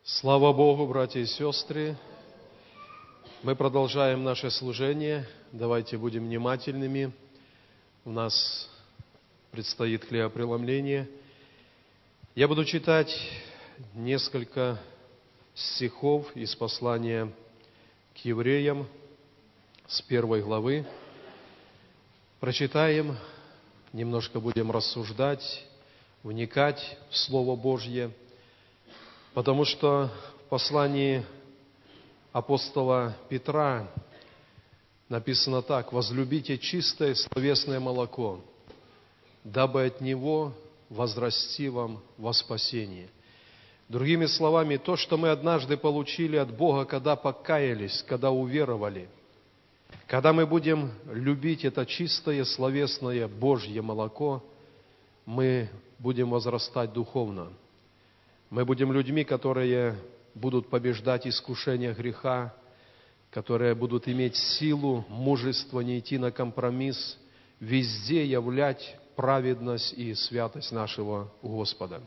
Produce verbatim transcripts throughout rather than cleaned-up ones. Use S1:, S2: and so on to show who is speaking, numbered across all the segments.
S1: Слава Богу, братья и сестры! Мы продолжаем наше служение. Давайте будем внимательными. У нас предстоит хлебопреломление. Я буду читать несколько стихов из послания к евреям с первой главы. Прочитаем, немножко будем рассуждать, вникать в Слово Божье. Потому что в послании апостола Петра написано так: «Возлюбите чистое словесное молоко, дабы от него возрасти вам во спасение». Другими словами, то, что мы однажды получили от Бога, когда покаялись, когда уверовали, когда мы будем любить это чистое словесное Божье молоко, мы будем возрастать духовно. Мы будем людьми, которые будут побеждать искушения греха, которые будут иметь силу, мужество не идти на компромисс, везде являть праведность и святость нашего Господа.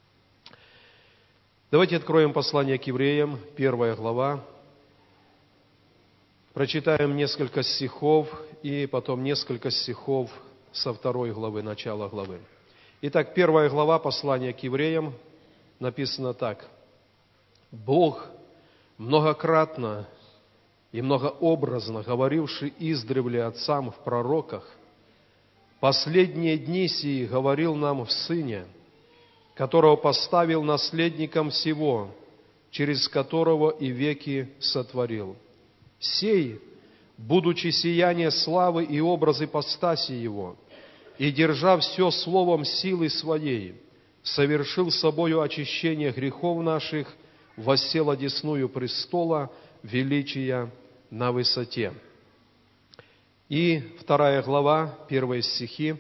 S1: Давайте откроем послание к евреям, первая глава. Прочитаем несколько стихов и потом несколько стихов со второй главы, начала главы. Итак, первая глава послания к евреям. Написано так: «Бог, многократно и многообразно говоривший издревле отцам в пророках, последние дни сии говорил нам в Сыне, которого поставил наследником всего, через которого и веки сотворил. Сей, будучи сияние славы и образ ипостаси Его, и держа все словом силы Своей, совершил собою очищение грехов наших, воссел одесную престола величия на высоте». И вторая глава, первые стихи.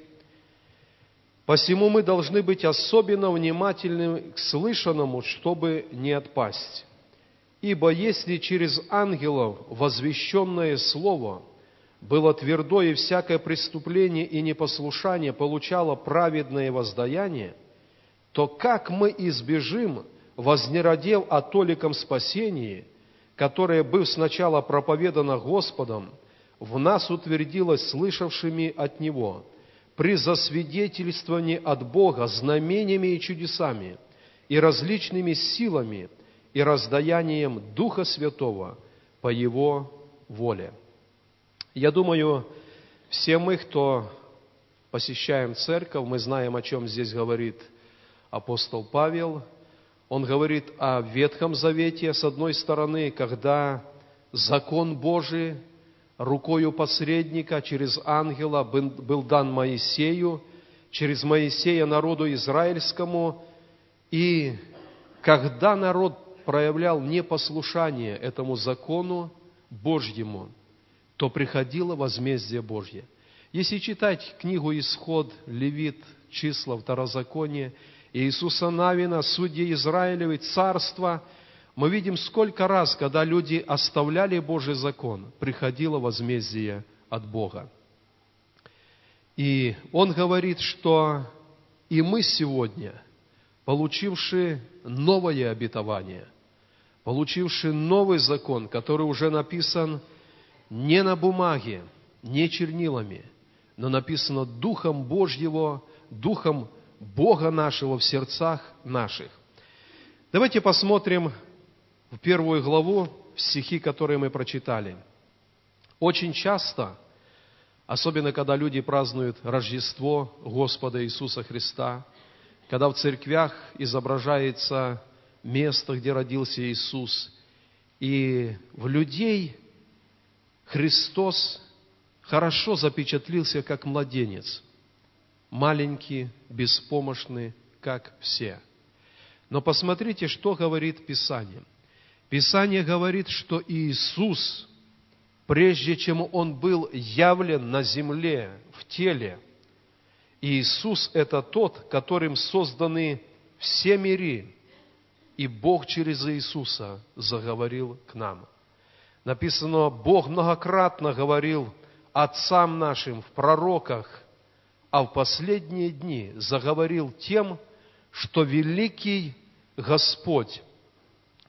S1: «Посему мы должны быть особенно внимательны к слышанному, чтобы не отпасть. Ибо если через ангелов возвещенное слово было твердо, и всякое преступление и непослушание получало праведное воздаяние, то как мы избежим, вознеродев о толиком спасении, которое, быв сначала проповедано Господом, в нас утвердилось слышавшими от Него, при засвидетельствовании от Бога знамениями и чудесами, и различными силами, и раздаянием Духа Святого по Его воле». Я думаю, все мы, кто посещаем церковь, мы знаем, о чем здесь говорит апостол Павел. Он говорит о Ветхом Завете, с одной стороны, когда закон Божий рукою посредника через ангела был дан Моисею, через Моисея народу израильскому, и когда народ проявлял непослушание этому закону Божьему, то приходило возмездие Божье. Если читать книгу Исход, Левит, Числа, Второзаконие, Иисуса Навина, судьи Израилевы, царства, мы видим, сколько раз, когда люди оставляли Божий закон, приходило возмездие от Бога. И Он говорит, что и мы сегодня, получивши новое обетование, получивши новый закон, который уже написан не на бумаге, не чернилами, но написано Духом Божьего, Духом Бога нашего в сердцах наших. Давайте посмотрим в первую главу, в стихи, которые мы прочитали. Очень часто, особенно когда люди празднуют Рождество Господа Иисуса Христа, когда в церквях изображается место, где родился Иисус, и в людей Христос хорошо запечатлился как младенец, маленький, беспомощный, как все. Но посмотрите, что говорит Писание. Писание говорит, что Иисус, прежде чем Он был явлен на земле, в теле, Иисус – это Тот, которым созданы все миры, и Бог через Иисуса заговорил к нам. Написано, Бог многократно говорил отцам нашим в пророках, а в последние дни заговорил тем, что великий Господь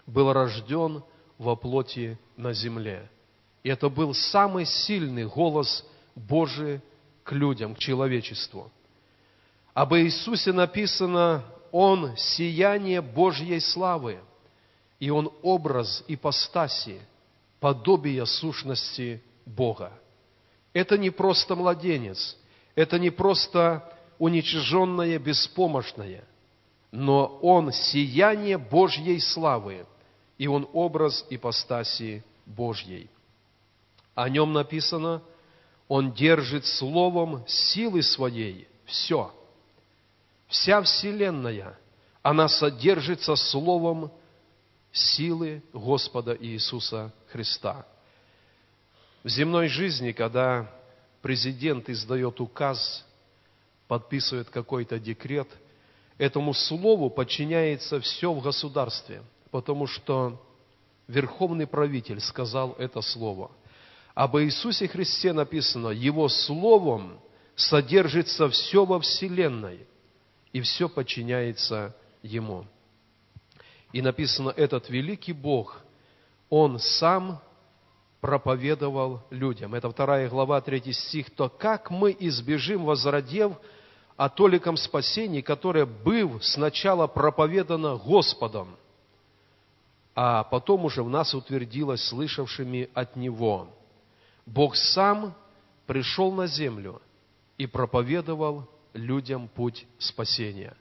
S1: был рожден во плоти на земле. И это был самый сильный голос Божий к людям, к человечеству. Об Иисусе написано: Он сияние Божьей славы, и Он образ ипостаси, подобие сущности Бога. Это не просто младенец, это не просто уничиженное, беспомощное, но Он сияние Божьей славы, и Он образ ипостаси Божьей. О Нем написано: Он держит словом силы Своей все. Вся вселенная, она содержится словом силы Господа Иисуса Христа. В земной жизни, когда президент издает указ, подписывает какой-то декрет, этому слову подчиняется все в государстве, потому что верховный правитель сказал это слово. Об Иисусе Христе написано: Его словом содержится все во вселенной, и все подчиняется Ему. И написано: этот великий Бог, Он сам проповедовал людям. Это вторая глава, третий стих. То как мы избежим, возродев о толиком спасении, которое был сначала проповедано Господом, а потом уже в нас утвердилось слышавшими от Него. Бог сам пришел на землю и проповедовал людям путь спасения.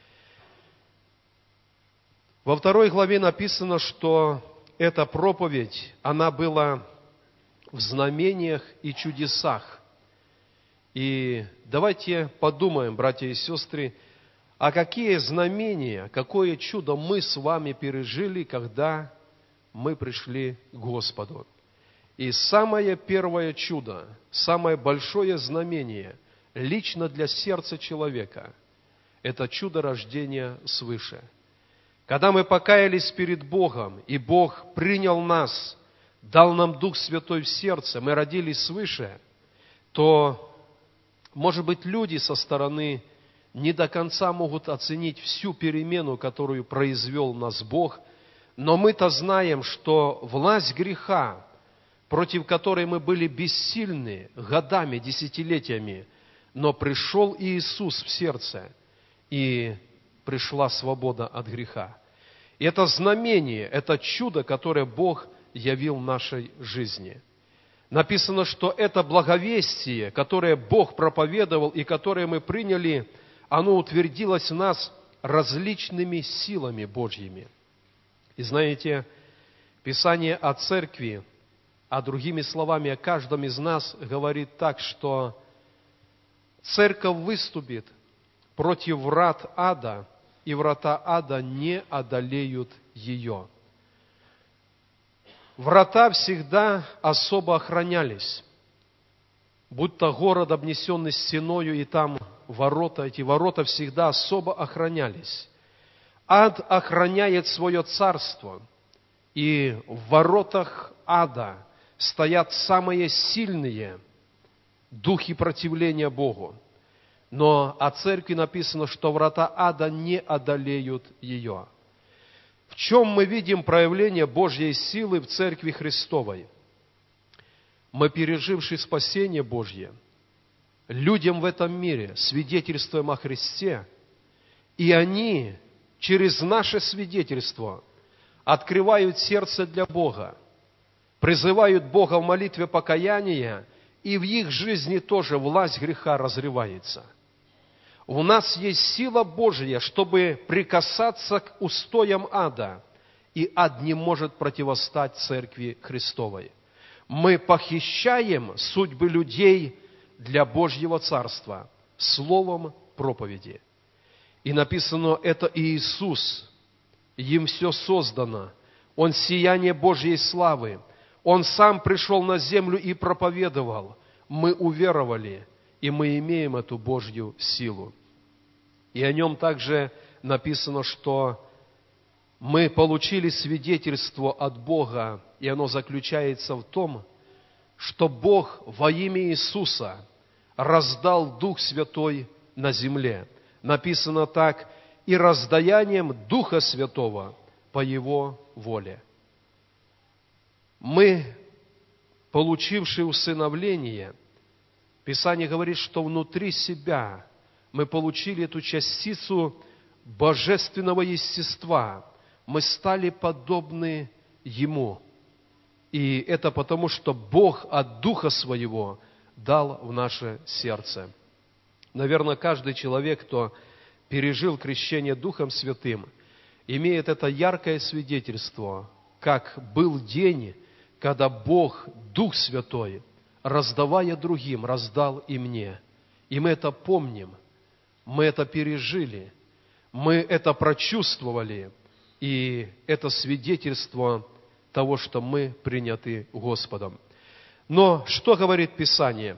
S1: Во второй главе написано, что эта проповедь, она была в знамениях и чудесах. И давайте подумаем, братья и сестры, а какие знамения, какое чудо мы с вами пережили, когда мы пришли к Господу. И самое первое чудо, самое большое знамение лично для сердца человека – это чудо рождения свыше. Когда мы покаялись перед Богом, и Бог принял нас, дал нам Дух Святой в сердце, мы родились свыше, то, может быть, люди со стороны не до конца могут оценить всю перемену, которую произвел в нас Бог, но мы-то знаем, что власть греха, против которой мы были бессильны годами, десятилетиями, но пришел Иисус в сердце, и пришла свобода от греха. И это знамение, это чудо, которое Бог явил в нашей жизни. Написано, что это благовестие, которое Бог проповедовал и которое мы приняли, оно утвердилось в нас различными силами Божьими. И знаете, Писание о церкви, а другими словами, о каждом из нас говорит так, что церковь выступит против врат ада, и врата ада не одолеют ее. Врата всегда особо охранялись, будто город, обнесенный стеною, и там ворота, эти ворота всегда особо охранялись. Ад охраняет свое царство, и в воротах ада стоят самые сильные духи противления Богу. Но о церкви написано, что врата ада не одолеют ее. В чем мы видим проявление Божьей силы в Церкви Христовой? Мы, пережившие спасение Божье, людям в этом мире свидетельствуем о Христе, и они через наше свидетельство открывают сердце для Бога, призывают Бога в молитве покаяния, и в их жизни тоже власть греха разрывается. У нас есть сила Божья, чтобы прикасаться к устоям ада, и ад не может противостать Церкви Христовой. Мы похищаем судьбы людей для Божьего Царства словом проповеди. И написано, это Иисус, им все создано, Он сияние Божьей славы, Он сам пришел на землю и проповедовал. Мы уверовали, и мы имеем эту Божью силу. И о Нем также написано, что мы получили свидетельство от Бога, и оно заключается в том, что Бог во имя Иисуса раздал Дух Святой на земле. Написано так: и раздаянием Духа Святого по Его воле. Мы, получившие усыновление, Писание говорит, что внутри себя мы получили эту частицу божественного естества. Мы стали подобны Ему. И это потому, что Бог от Духа Своего дал в наше сердце. Наверное, каждый человек, кто пережил крещение Духом Святым, имеет это яркое свидетельство, как был день, когда Бог, Дух Святой, раздавая другим, раздал и мне. И мы это помним, мы это пережили, мы это прочувствовали, и это свидетельство того, что мы приняты Господом. Но что говорит Писание?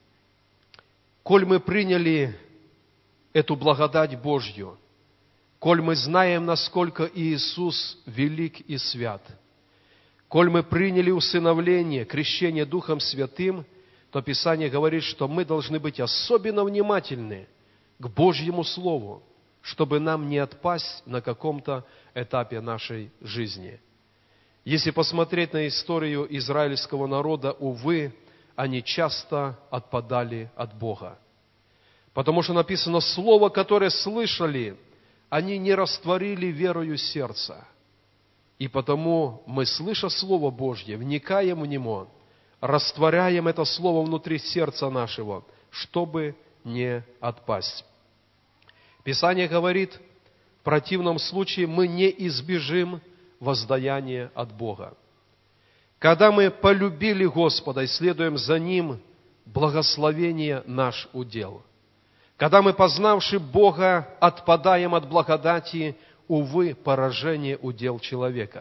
S1: Коль мы приняли эту благодать Божью, коль мы знаем, насколько Иисус велик и свят, коль мы приняли усыновление, крещение Духом Святым, то Писание говорит, что мы должны быть особенно внимательны к Божьему Слову, чтобы нам не отпасть на каком-то этапе нашей жизни. Если посмотреть на историю израильского народа, увы, они часто отпадали от Бога. Потому что написано, слово, которое слышали, они не растворили верою сердца. И потому мы, слыша Слово Божье, вникаем в него, растворяем это Слово внутри сердца нашего, чтобы не отпасть. Писание говорит, в противном случае мы не избежим воздаяния от Бога. Когда мы полюбили Господа и следуем за Ним, благословение наш удел. Когда мы, познавши Бога, отпадаем от благодати, увы, поражение удел человека.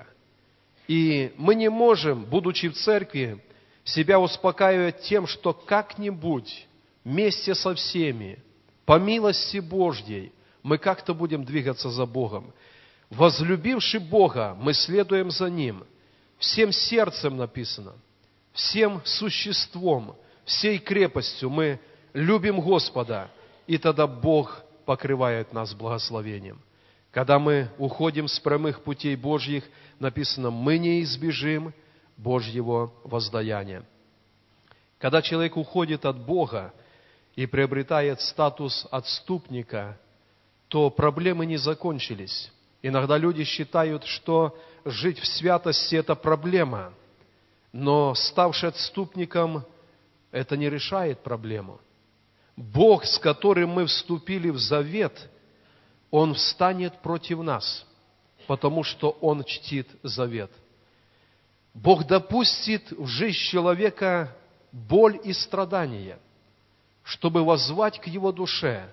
S1: И мы не можем, будучи в церкви, себя успокаивать тем, что как-нибудь вместе со всеми, по милости Божьей, мы как-то будем двигаться за Богом. Возлюбивши Бога, мы следуем за Ним. Всем сердцем написано, всем существом, всей крепостью мы любим Господа, и тогда Бог покрывает нас благословением. Когда мы уходим с прямых путей Божьих, написано, мы не избежим Божьего воздаяния. Когда человек уходит от Бога и приобретает статус отступника, то проблемы не закончились. Иногда люди считают, что жить в святости – это проблема, но, ставший отступником, это не решает проблему. Бог, с которым мы вступили в завет, Он встанет против нас, потому что Он чтит завет. Бог допустит в жизнь человека боль и страдания, чтобы воззвать к его душе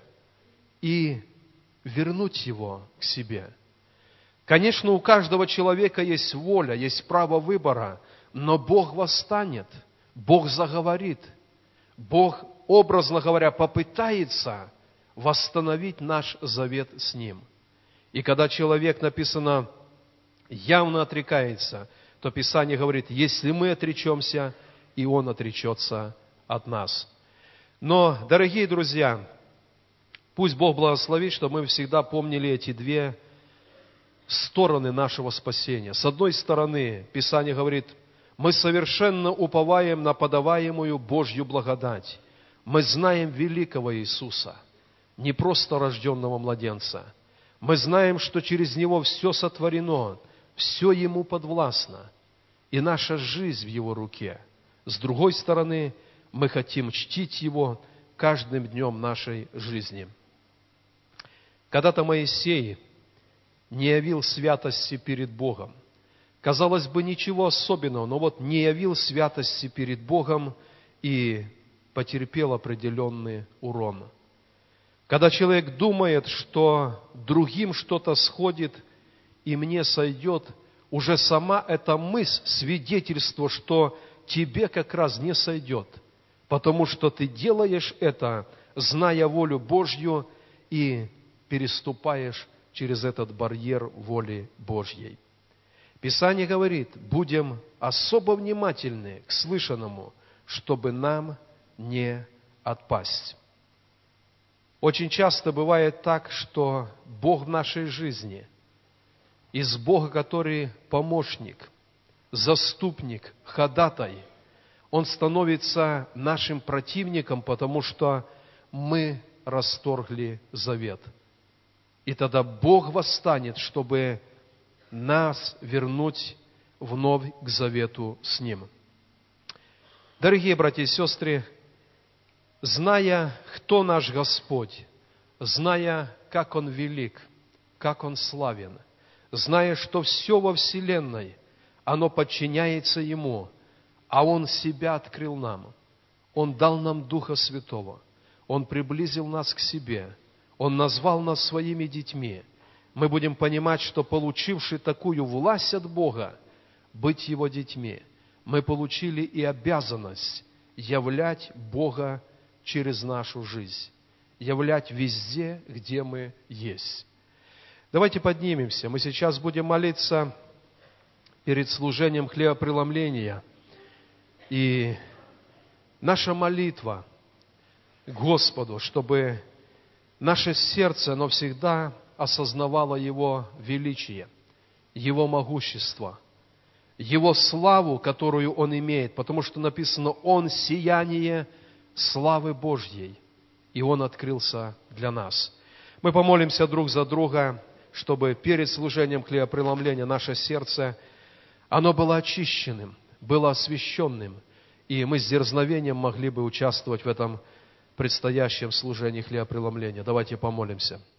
S1: и вернуть его к себе. Конечно, у каждого человека есть воля, есть право выбора, но Бог восстанет, Бог заговорит, Бог, образно говоря, попытается восстановить наш завет с Ним. И когда человек, написано, явно отрекается, то Писание говорит, если мы отречемся, и Он отречется от нас. Но, дорогие друзья, пусть Бог благословит, чтобы мы всегда помнили эти две стороны нашего спасения. С одной стороны, Писание говорит, мы совершенно уповаем на подаваемую Божью благодать. Мы знаем великого Иисуса, не просто рожденного младенца. Мы знаем, что через Него все сотворено, все Ему подвластно, и наша жизнь в Его руке. С другой стороны, мы хотим чтить Его каждым днем нашей жизни. Когда-то Моисей не явил святости перед Богом. Казалось бы, ничего особенного, но вот не явил святости перед Богом и потерпел определенный урон. Когда человек думает, что другим что-то сходит и мне сойдет, уже сама эта мысль, свидетельство, что тебе как раз не сойдет, потому что ты делаешь это, зная волю Божью, и переступаешь через этот барьер воли Божьей. Писание говорит, будем особо внимательны к слышанному, чтобы нам не отпасть. Очень часто бывает так, что Бог в нашей жизни из Бога, который помощник, заступник, ходатай, Он становится нашим противником, потому что мы расторгли завет. И тогда Бог восстанет, чтобы нас вернуть вновь к завету с Ним. Дорогие братья и сестры, зная, кто наш Господь, зная, как Он велик, как Он славен, зная, что все во вселенной, оно подчиняется Ему, а Он себя открыл нам, Он дал нам Духа Святого, Он приблизил нас к себе, Он назвал нас своими детьми, мы будем понимать, что, получивши такую власть от Бога, быть Его детьми, мы получили и обязанность являть Бога через нашу жизнь, являть везде, где мы есть. Давайте поднимемся. Мы сейчас будем молиться перед служением хлебопреломления. И наша молитва к Господу, чтобы наше сердце, оно всегда осознавало Его величие, Его могущество, Его славу, которую Он имеет, потому что написано: Он сияние славы Божьей, и Он открылся для нас. Мы помолимся друг за друга, чтобы перед служением хлебопреломления наше сердце, оно было очищенным, было освященным, и мы с дерзновением могли бы участвовать в этом предстоящем служении хлебопреломления. Давайте помолимся.